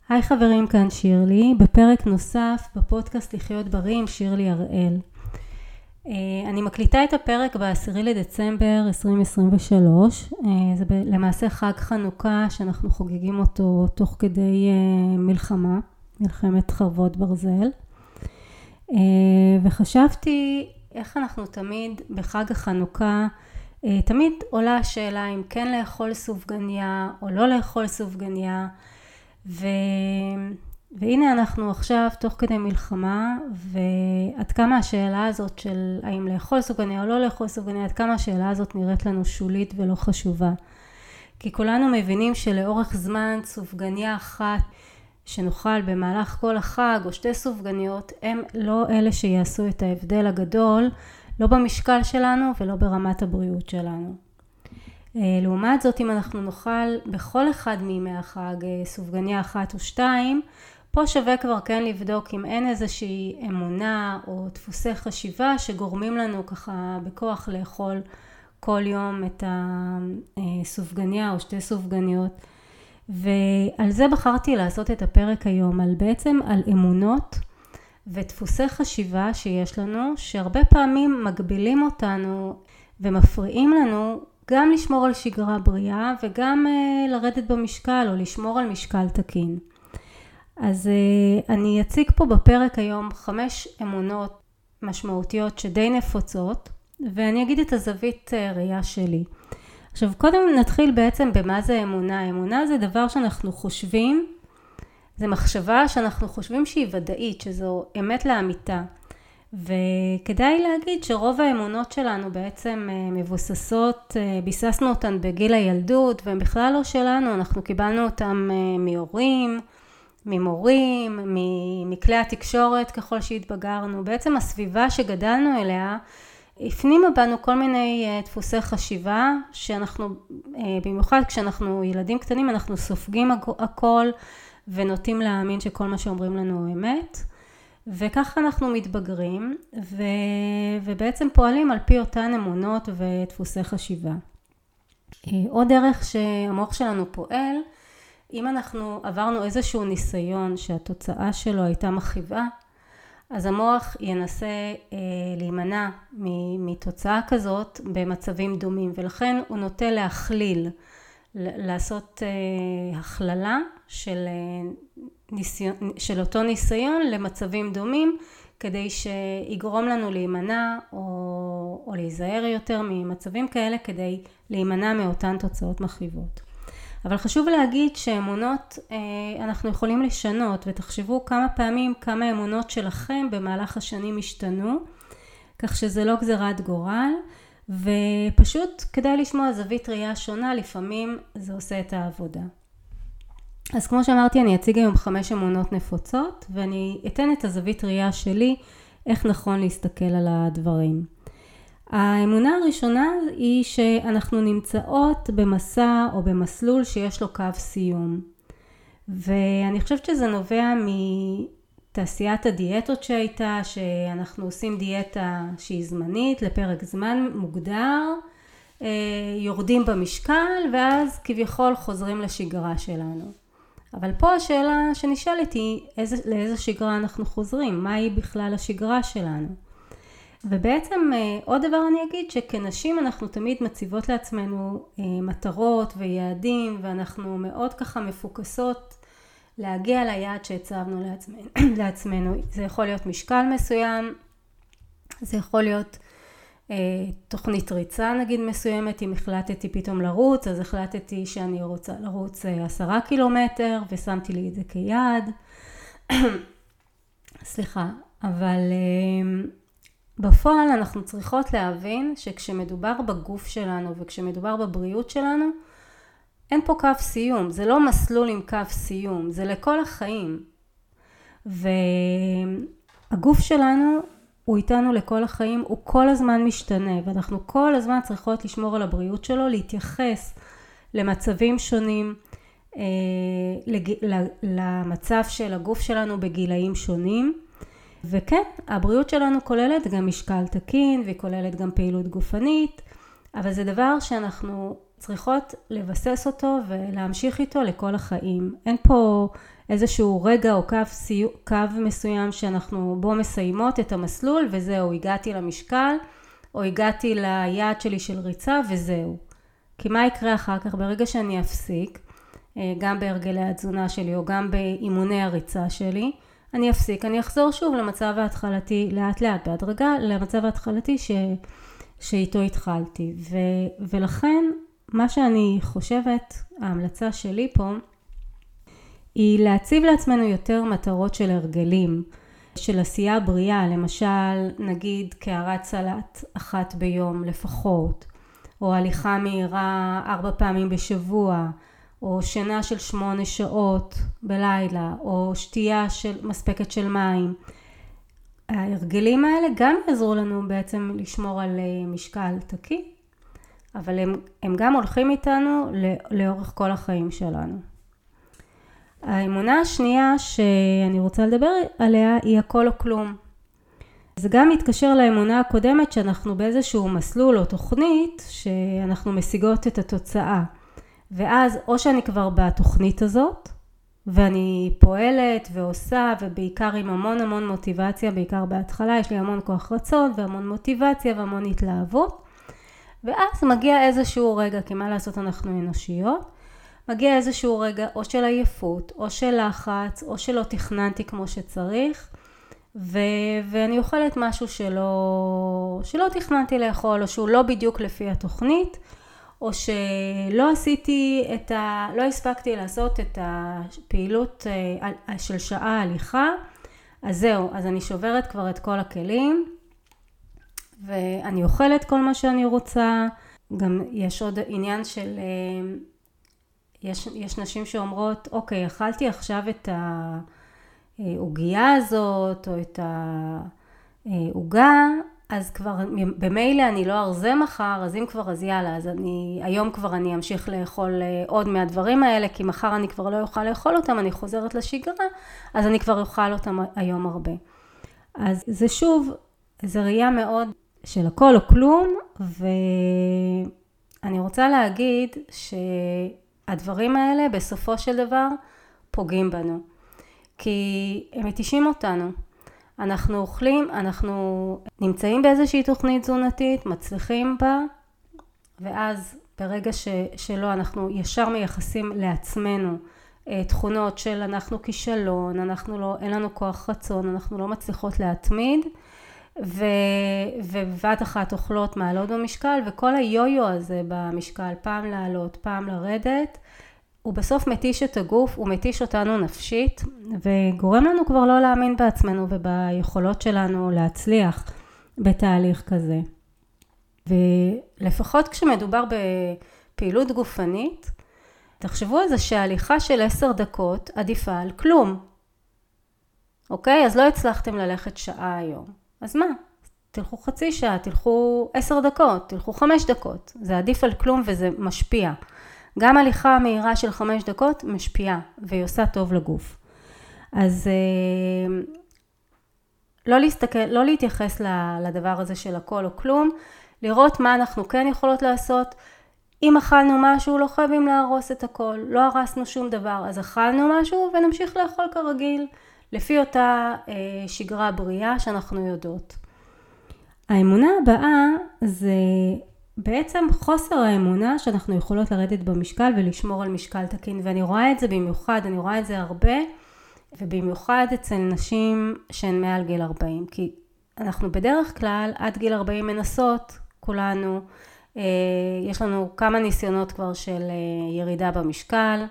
היי חברים, כאן שירלי, בפרק נוסף בפודקאסט לחיות בריא עם שירלי הראל. אני מקליטה את הפרק ב10 לדצמבר 2023, זה למעשה חג חנוכה שאנחנו חוגגים אותו תוך כדי מלחמת חרבות ברזל. וחשבתי איך אנחנו תמיד בחג החנוכה, תמיד עולה השאלה אם כן לאכול סופגניה או לא לאכול סופגניה, והנה אנחנו עכשיו תוך כדי מלחמה, ועד כמה השאלה הזאת של האם לאכול סופגניה או לא לאכול סופגניה, עד כמה השאלה הזאת נראית לנו שולית ולא חשובה. כי כולנו מבינים שלאורך זמן סופגניה אחת שנאכל במהלך כל החג או שתי סופגניות, הם לא אלה שיעשו את ההבדל הגדול, לא במשקל שלנו ולא ברמת הבריאות שלנו. לעומת זאת, אם אנחנו נאכל בכל אחד מימי החג סופגניה אחת או שתיים, פה שווה כבר כן לבדוק אם אין איזושהי אמונה או דפוסי חשיבה שגורמים לנו ככה בכוח לאכול כל יום את הסופגניה או שתי סופגניות. ועל זה בחרתי לעשות את הפרק היום, בעצם על אמונות ודפוסי חשיבה שיש לנו, שהרבה פעמים מגבילים אותנו ומפריעים לנו גם לשמור על שגרה בריאה וגם לרדת במשקל או לשמור על משקל תקין. אז אני אציג פה בפרק היום 5 אמונות משמעותיות שדי נפוצות, ואני אגיד את הזווית ראייה שלי. עכשיו קודם נתחיל בעצם במה זה אמונה. אמונה זה דבר שאנחנו חושבים, זה מחשבה שאנחנו חושבים שהיא ודאית, שזו אמת לאמיתה. וכדאי להגיד שרוב האמונות שלנו בעצם מבוססות, ביססנו אותן בגיל הילדות, והן בכלל לא שלנו, אנחנו קיבלנו אותן מהורים, ממורים, מכלי התקשורת ככל שהתבגרנו. בעצם הסביבה שגדלנו אליה, הפנימה בנו כל מיני דפוסי חשיבה, שאנחנו, במיוחד כשאנחנו ילדים קטנים, אנחנו סופגים הכל, ונוטים להאמין שכל מה שאומרים לנו הוא אמת. וככה אנחנו מתבגרים ובעצם פועלים על פי אותן אמונות ודפוסי חשיבה. עוד דרך שהמוח שלנו פועל, אם אנחנו עברנו איזשהו ניסיון שהתוצאה שלו הייתה מכאיבה, אז המוח ינסה להימנע מתוצאה כזאת במצבים דומים, ולכן הוא נוטה להכליל, לעשות הכללה של אותו ניסיון למצבים דומים, כדי שיגרום לנו להימנע או להיזהר יותר ממצבים כאלה, כדי להימנע מאותן תוצאות מכאיבות. אבל חשוב להגיד שאמונות אנחנו יכולים לשנות, ותחשבו כמה פעמים כמה אמונות שלכם במהלך השנים השתנו, כך שזה לא גזירת גורל, ופשוט כדאי לשמוע זווית ראייה שונה, לפעמים זה עושה את העבודה. אז כמו שאמרתי, אני אציג היום 5 אמונות נפוצות, ואני אתן את הזווית ראייה שלי, איך נכון להסתכל על הדברים. האמונה הראשונה היא שאנחנו נמצאות במסע או במסלול שיש לו קו סיום. ואני חושבת שזה נובע מתעשיית הדיאטות שהייתה, שאנחנו עושים דיאטה שהיא זמנית לפרק זמן מוגדר, יורדים במשקל ואז כביכול חוזרים לשגרה שלנו. אבל פה השאלה שנשאלת היא לאיזו שגרה אנחנו חוזרים, מהי בכלל השגרה שלנו. ובעצם עוד דבר אני אגיד שכנשים אנחנו תמיד מציבות לעצמנו מטרות ויעדים, ואנחנו מאוד ככה מפוקסות להגיע ליעד שהצבנו לעצמנו. זה יכול להיות משקל מסוים, זה יכול להיות תוכנית ריצה נגיד מסוימת. אם החלטתי פתאום לרוץ, אז החלטתי שאני רוצה לרוץ 10 קילומטר ושמתי לי את זה כיעד. סליחה, אבל בפועל אנחנו צריכות להבין שכשמדובר בגוף שלנו וכשמדובר בבריאות שלנו, אין פה קו סיום. זה לא מסלול עם קו סיום, זה לכל החיים. והגוף שלנו הוא איתנו לכל החיים, הוא כל הזמן משתנה, ואנחנו כל הזמן צריכות לשמור על הבריאות שלו, להתייחס למצבים שונים, למצב של הגוף שלנו בגילאים שונים. וכן, הבריאות שלנו כוללת גם משקל תקין, והיא כוללת גם פעילות גופנית, אבל זה דבר שאנחנו צריכות לבסס אותו ולהמשיך איתו לכל החיים. אין פה איזשהו רגע או קו מסוים שאנחנו בו מסיימות את המסלול וזהו, הגעתי למשקל או הגעתי ליעד שלי של ריצה וזהו. כי מה יקרה אחר כך? ברגע שאני אפסיק, גם בהרגלי התזונה שלי או גם באימוני הריצה שלי, אני אפסיק, אני אחזור שוב למצב ההתחלתי, לאט לאט בהדרגה, למצב ההתחלתי שאיתו התחלתי. ולכן מה שאני חושבת, ההמלצה שלי פה, היא להציב לעצמנו יותר מטרות של הרגלים, של עשייה בריאה, למשל נגיד קערת סלט אחת ביום לפחות, או הליכה מהירה 4 פעמים בשבוע, או שינה של 8 שעות בלילה, או שתייה מספקת של מים. ההרגלים האלה גם יעזרו לנו בעצם לשמור על משקל תקין, אבל הם גם הולכים איתנו לאורך כל החיים שלנו. האמונה השנייה שאני רוצה לדבר עליה היא הכל או כלום. זה גם מתקשר לאמונה הקודמת שאנחנו באיזשהו מסלול או תוכנית שאנחנו משיגות את התוצאה. ואז או שאני כבר בתוכנית הזאת ואני פועלת ועושה ובעיקר עם המון מוטיבציה, בעיקר בהתחלה יש לי המון כוח רצון והמון מוטיבציה והמון התלהבות. ואז מגיע איזשהו רגע, כי מה לעשות אנחנו אנושיות, מגיע איזשהו רגע או של עייפות או של לחץ או שלא תכננתי כמו שצריך ואני אוכלת משהו שלא תכננתי לאכול או שהוא לא בדיוק לפי התוכנית או שלא לא הספקתי לעשות את הפעילות של שעה הליכה, אז זהו, אז אני שוברת כבר את כל הכלים ואני אוכלת כל מה שאני רוצה. גם יש עוד עניין של יש נשים שאומרות, אוקיי, אכלתי עכשיו את העוגיה הזאת או את העוגה, אז כבר במילא אני לא ארזה מחר, אז אם כבר אז יאללה, אז היום כבר אני אמשיך לאכול עוד מהדברים האלה, כי מחר אני כבר לא אוכל לאכול אותם, אני חוזרת לשגרה, אז אני כבר אוכל אותם היום הרבה. אז זה שוב, זה ראייה מאוד של הכל או כלום, ואני רוצה להגיד שהדברים האלה בסופו של דבר פוגעים בנו, כי הם מתישים אותנו. אנחנו אוכלים, אנחנו נמצאים באיזושהי תוכנית תזונתית, מצליחים בה, ואז ברגע שלא, אנחנו ישר מייחסים לעצמנו תכונות של אנחנו כישלון, אין לנו כוח רצון, אנחנו לא מצליחות להתמיד, ובבת אחת אוכלות מעלות במשקל, וכל היו-יו הזה במשקל, פעם לעלות, פעם לרדת, הוא בסוף מתיש את הגוף, הוא מתיש אותנו נפשית, וגורם לנו כבר לא להאמין בעצמנו וביכולות שלנו להצליח בתהליך כזה. ולפחות כשמדובר בפעילות גופנית, תחשבו על זה שההליכה של 10 דקות עדיפה על כלום. אוקיי? אז לא הצלחתם ללכת שעה היום. אז מה? תלכו חצי שעה, תלכו 10 דקות, תלכו 5 דקות. זה עדיף על כלום וזה משפיע. גם הליכה מהירה של 5 דקות משפיעה והיא עושה טוב לגוף. אז לא להתייחס לדבר הזה של הכל או כלום, לראות מה אנחנו כן יכולות לעשות. אם אכלנו משהו, לא חייבים להרוס את הכל, לא הרסנו שום דבר, אז אכלנו משהו ונמשיך לאכול כרגיל, לפי אותה שגרה בריאה שאנחנו יודעות. האמונה הבאה זה בעצם חוסר האמונה שאנחנו יכולות לרדת במשקל ולשמור על משקל תקין, ואני רואה את זה במיוחד, אני רואה את זה הרבה, ובמיוחד אצל נשים שהן מעל גיל 40, כי אנחנו בדרך כלל עד גיל 40 מנסות, כולנו, יש לנו כמה ניסיונות כבר של ירידה במשקל,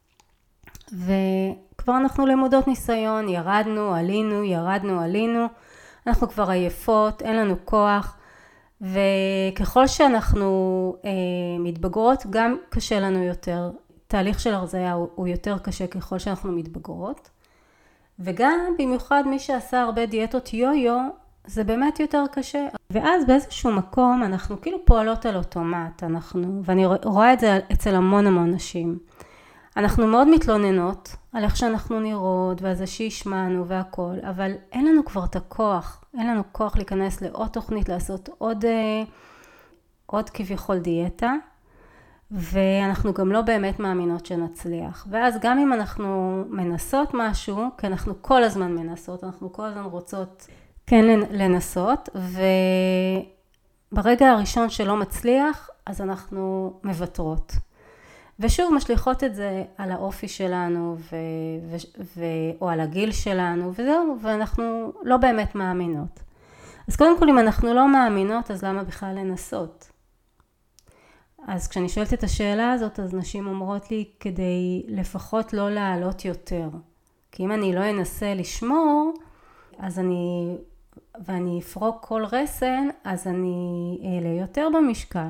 וכבר אנחנו למודות ניסיון, ירדנו, עלינו, אנחנו כבר עייפות, אין לנו כוח, וככל שאנחנו מתבגרות, גם קשה לנו יותר. תהליך של הרזיה הוא יותר קשה ככל שאנחנו מתבגרות. וגם במיוחד מי שעשה הרבה דיאטות יו-יו, זה באמת יותר קשה. ואז באיזשהו מקום אנחנו כאילו פועלות על אוטומט, ואני רואה את זה אצל המון נשים. אנחנו מאוד מתלוננות על איך שאנחנו נראות ועל זה שהשמענו והכל, אבל אין לנו כבר את הכוח. אין לנו כוח להיכנס לעוד תוכנית, לעשות עוד כביכול דיאטה. ואנחנו גם לא באמת מאמינות שנצליח. ואז גם אם אנחנו מנסות משהו, כי אנחנו כל הזמן מנסות, אנחנו כל הזמן רוצות כן לנסות, וברגע הראשון שלא מצליח, אז אנחנו מוותרות. ושוב משליחות את זה על האופי שלנו, או על הגיל שלנו, וזהו, ואנחנו לא באמת מאמינות. אז קודם כל, אם אנחנו לא מאמינות, אז למה בכלל לנסות? אז כשאני שואלת את השאלה הזאת, אז נשים אומרות לי, כדי לפחות לא לעלות יותר. כי אם אני לא אנסה לשמור, ואני אפרוק כל רסן, אז אני אעלה יותר במשקל.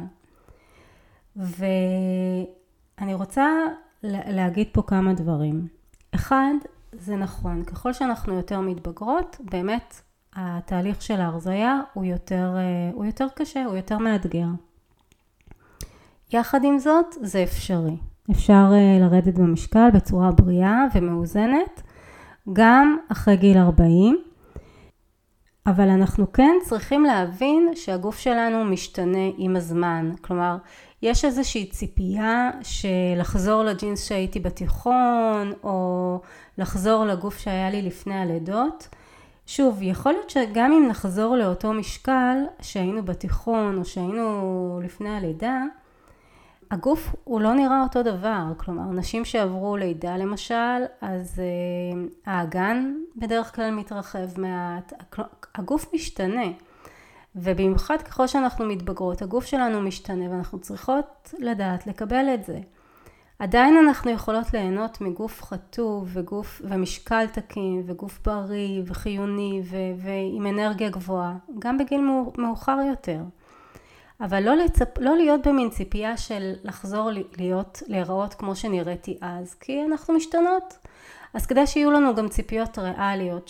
ואני רוצה להגיד פה כמה דברים. אחד, זה נכון, ככל שאנחנו יותר מתבגרות, באמת התהליך של ההרזיה הוא יותר קשה, הוא יותר מאתגר. יחד עם זאת, זה אפשרי. אפשר לרדת במשקל בצורה בריאה ומאוזנת, גם אחרי גיל 40, אבל אנחנו כן צריכים להבין שהגוף שלנו משתנה עם הזמן. כלומר, יש איזושהי ציפייה שלחזור לג'ינס שהייתי בתיכון, או לחזור לגוף שהיה לי לפני הלידות. שוב, יכול להיות שגם אם נחזור לאותו משקל שהיינו בתיכון, או שהיינו לפני הלידה, הגוף הוא לא נראה אותו דבר. כלומר, נשים שעברו לידה למשל, אז האגן בדרך כלל מתרחב מעט, הגוף משתנה. ובמיוחד ככל שאנחנו מתבגרות, הגוף שלנו משתנה, ואנחנו צריכות לדעת לקבל את זה. עדיין אנחנו יכולות ליהנות מגוף חטוב ומשקל תקין וגוף בריא וחיוני ועם אנרגיה גבוהה, גם בגיל מאוחר יותר. אבל לא להיות במין ציפייה של לחזור להיראות כמו שנראיתי אז, כי אנחנו משתנות. אז כדי שיהיו לנו גם ציפיות ריאליות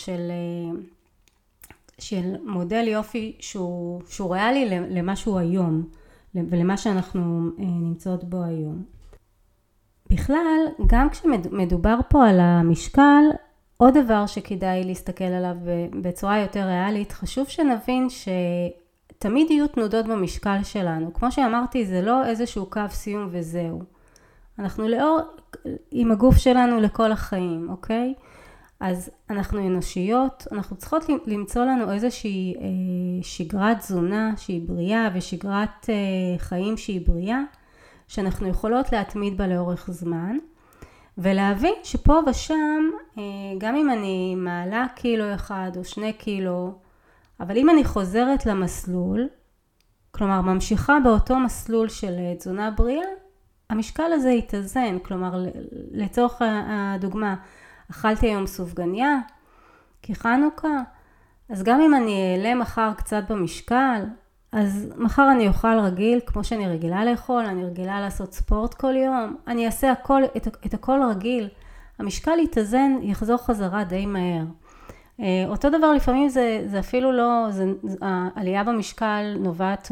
של מודל יופי שהוא ריאלי למה שהוא היום, ולמה שאנחנו נמצאות בו היום. בכלל, גם כשמדובר פה על המשקל, עוד דבר שכדאי להסתכל עליו בצורה יותר ריאלית, חשוב שנבין תמיד יהיו תנודות במשקל שלנו. כמו שאמרתי, זה לא איזשהו קו סיום וזהו. אנחנו עם הגוף שלנו לכל החיים, אוקיי? אז אנחנו אנושיות, אנחנו צריכות למצוא לנו איזושהי שגרת תזונה שהיא בריאה, ושגרת חיים שהיא בריאה, שאנחנו יכולות להתמיד בה לאורך זמן, ולהבין שפה ושם, גם אם אני מעלה קילו אחד או 2 קילו, אבל אם אני חוזרת למסלול, כלומר ממשיכה באותו מסלול של תזונה בריאה, המשקל הזה יתאזן. כלומר, לצורך הדוגמה, אכלתי היום סופגניה, כי חנוכה, אז גם אם אני אעלה מחר קצת במשקל, אז מחר אני אוכל רגיל, כמו שאני רגילה לאכול, אני רגילה לעשות ספורט כל יום, אני אעשה את הכל רגיל, המשקל יתאזן, יחזור חזרה די מהר. אותו דבר לפעמים זה אפילו לא, העלייה במשקל נובעת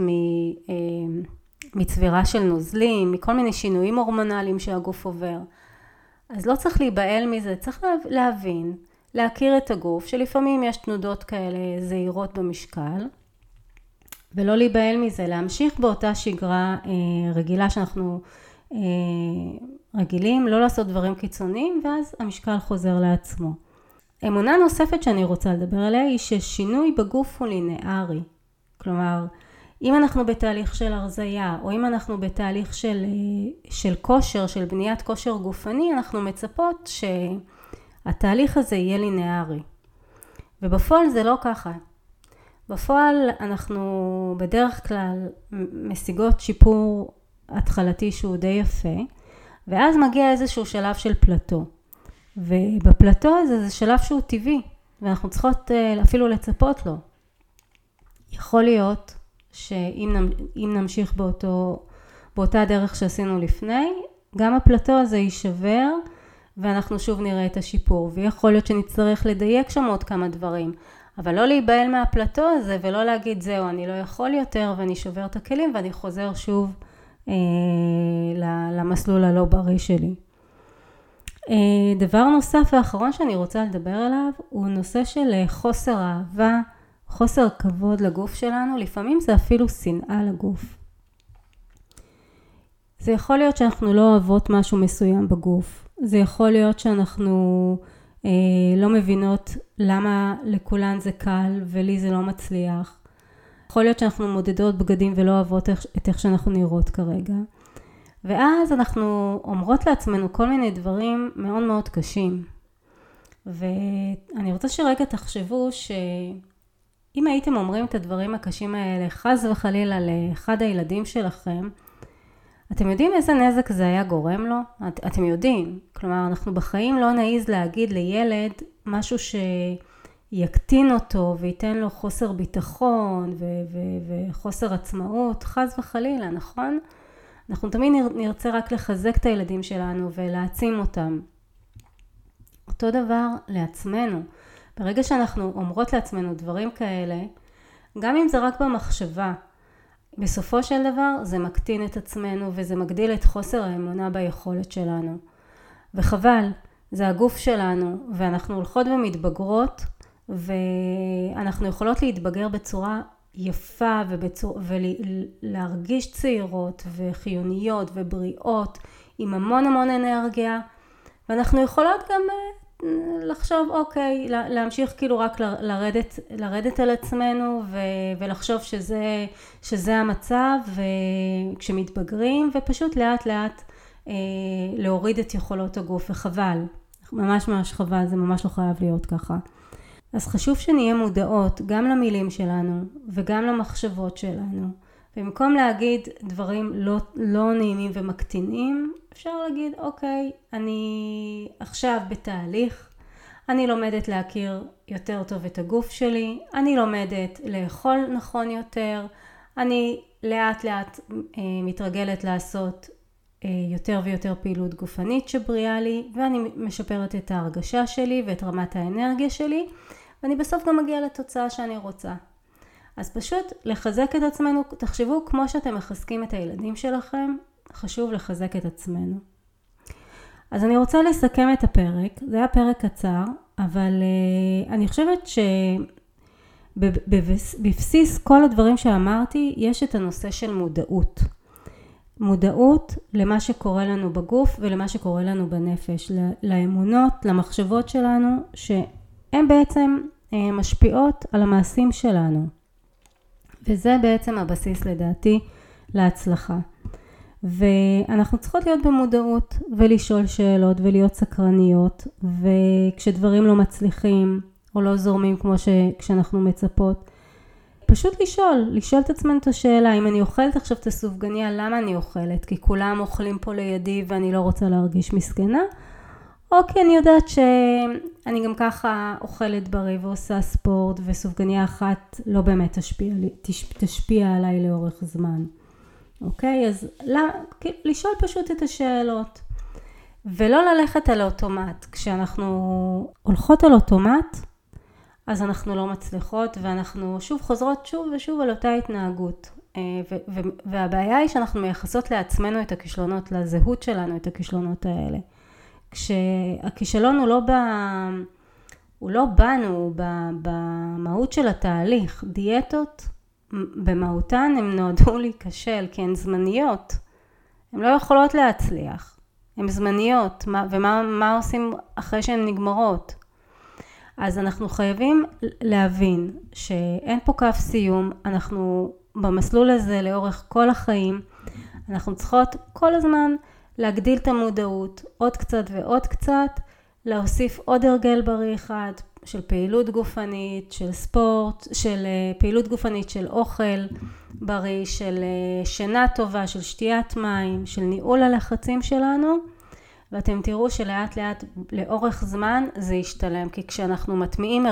מצבירה של נוזלים, מכל מיני שינויים הורמונליים שהגוף עובר. אז לא צריך להיבהל מזה, צריך להבין, להכיר את הגוף, שלפעמים יש תנודות כאלה זהירות במשקל, ולא להיבהל מזה, להמשיך באותה שגרה רגילה שאנחנו רגילים, לא לעשות דברים קיצוניים, ואז המשקל חוזר לעצמו. אמונה נוספת שאני רוצה לדבר עליה היא ששינוי בגוף הוא לינארי. כלומר, אם אנחנו בתהליך של הרזיה, או אם אנחנו בתהליך של כושר, של בניית כושר גופני, אנחנו מצפות שהתהליך הזה יהיה לינארי. ובפועל זה לא ככה. בפועל אנחנו בדרך כלל משיגות שיפור התחלתי שהוא די יפה, ואז מגיע איזשהו שלב של פלטו. ובפלטו הזה זה שלב שהוא טבעי, ואנחנו צריכות אפילו לצפות לו. יכול להיות שאם נמשיך באותה דרך שעשינו לפני, גם הפלטו הזה יישבר, ואנחנו שוב נראה את השיפור. ויכול להיות שנצטרך לדייק שם עוד כמה דברים. אבל לא להיבהל מהפלטו הזה, ולא להגיד זהו, אני לא יכול יותר, ואני שובר את הכלים, ואני חוזר שוב למסלול הלא בריא שלי. דבר נוסף ואחרון שאני רוצה לדבר עליו, הוא נושא של חוסר אהבה, חוסר כבוד לגוף שלנו, לפעמים זה אפילו שנאה לגוף. זה יכול להיות שאנחנו לא אוהבות משהו מסוים בגוף. זה יכול להיות שאנחנו לא מבינות למה לכולן זה קל ולי זה לא מצליח. יכול להיות שאנחנו מודדות בגדים ולא אוהבות את איך שאנחנו נראות כרגע. ואז אנחנו אומרות לעצמנו כל מיני דברים מאוד מאוד קשים. ואני רוצה שרגע תחשבו שאם הייתם אומרים את הדברים הקשים האלה חס וחלילה לאחד הילדים שלכם, אתם יודעים איזה נזק זה היה גורם לו? אתם יודעים. כלומר, אנחנו בחיים לא נעיז להגיד לילד משהו שיקטין אותו וייתן לו חוסר ביטחון וחוסר עצמאות, חס וחלילה, נכון? אנחנו תמיד נרצה רק לחזק את הילדים שלנו ולהעצים אותם. אותו דבר לעצמנו. ברגע שאנחנו אומרות לעצמנו דברים כאלה, גם אם זה רק במחשבה, בסופו של דבר זה מקטין את עצמנו וזה מגדיל את חוסר האמונה ביכולת שלנו. וחבל, זה הגוף שלנו ואנחנו הולכות ומתבגרות ואנחנו יכולות להתבגר בצורה יפה ולהרגיש צעירות וחיוניות ובריאות עם המון המון אנרגיה, ואנחנו יכולות גם לחשוב אוקיי, להמשיך כאילו רק לרדת על עצמנו ולחשוב שזה המצב כשמתבגרים, ופשוט לאט לאט להוריד את יכולות הגוף, וחבל, ממש ממש חבל, זה ממש לא חייב להיות ככה. אז חשוב שנהיה מודעות גם למילים שלנו וגם למחשבות שלנו. במקום להגיד דברים לא נעימים ומקטינים, אפשר להגיד, אוקיי, אני עכשיו בתהליך, אני לומדת להכיר יותר טוב את הגוף שלי, אני לומדת לאכול נכון יותר, אני לאט לאט מתרגלת לעשות יותר ויותר פעילות גופנית שבריאה לי, ואני משפרת את ההרגשה שלי ואת רמת האנרגיה שלי, ואני בסוף גם מגיעה לתוצאה שאני רוצה. אז פשוט לחזק את עצמנו, תחשבו כמו שאתם מחזקים את הילדים שלכם, חשוב לחזק את עצמנו. אז אני רוצה לסכם את הפרק, זה היה פרק קצר, אבל אני חושבת שבבסיס כל הדברים שאמרתי, יש את הנושא של מודעות. מודעות למה שקורה לנו בגוף ולמה שקורה לנו בנפש, לאמונות, למחשבות שלנו, שהן בעצם משפיעות על המעשים שלנו. וזה בעצם הבסיס לדעתי להצלחה. ואנחנו צריכות להיות במודעות ולשאול שאלות ולהיות סקרניות, וכשדברים לא מצליחים או לא זורמים כמו כשאנחנו מצפות, פשוט לשאול את עצמנו את השאלה, אם אני אוכלת עכשיו את הסופגניה, למה אני אוכלת? כי כולם אוכלים פה לידי ואני לא רוצה להרגיש מסכנה, או כי אני יודעת שאני גם ככה אוכלת בריא ועושה ספורט, וסופגניה אחת לא באמת תשפיע עליי לאורך זמן. אוקיי? אז לשאול פשוט את השאלות, ולא ללכת על האוטומט. כשאנחנו הולכות על אוטומט, אז אנחנו לא מצליחות, ואנחנו שוב חוזרות שוב ושוב על אותה התנהגות. והבעיה היא שאנחנו מייחסות לעצמנו את הכישלונות, לזהות שלנו את הכישלונות האלה. כשהכישלון הוא לא בנו, הוא במהות של התהליך. דיאטות במהותן הן נועדו להיכשל, כי הן זמניות. הן לא יכולות להצליח. הן זמניות, ומה עושים אחרי שהן נגמרות? אז אנחנו חייבים להבין שאין פה קו סיום, אנחנו במסלול הזה לאורך כל החיים, אנחנו צריכות כל הזמן להגדיל את המודעות, עוד קצת ועוד קצת, להוסיף עוד הרגל בריא אחד, של פעילות גופנית, של ספורט, של פעילות גופנית, של אוכל בריא, של שינה טובה, של שתיית מים, של ניהול הלחצים שלנו, ואתם תראו שלאט לאט לאורך זמן זה ישתלם, כי כשאנחנו מטמיעים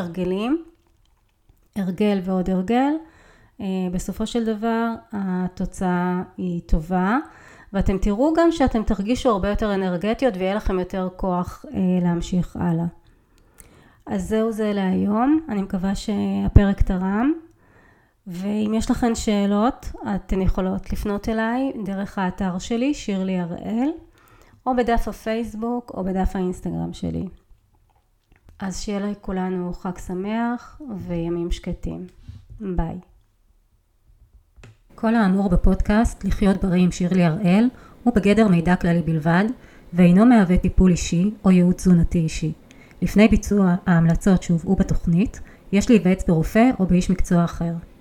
הרגל ועוד הרגל, בסופו של דבר התוצאה היא טובה, ואתם תראו גם שאתם תרגישו הרבה יותר אנרגטיות ויהיה לכם יותר כוח להמשיך הלאה. אז זהו זה להיום, אני מקווה שהפרק תרם, ואם יש לכם שאלות אתן יכולות לפנות אליי דרך האתר שלי, שירלי הראל, או בדף הפייסבוק או בדף האינסטגרם שלי. אז שיהיה לכולנו חג שמח וימים שקטים. ביי. כל האמור בפודקאסט לחיות בריא עם שירלי הראל הוא בגדר מידע כללי בלבד, ואינו מהווה טיפול אישי או ייעוץ תזונתי אישי. לפני ביצוע ההמלצות שהובאו בתוכנית, יש להיוועץ ברופא או באיש מקצוע אחר.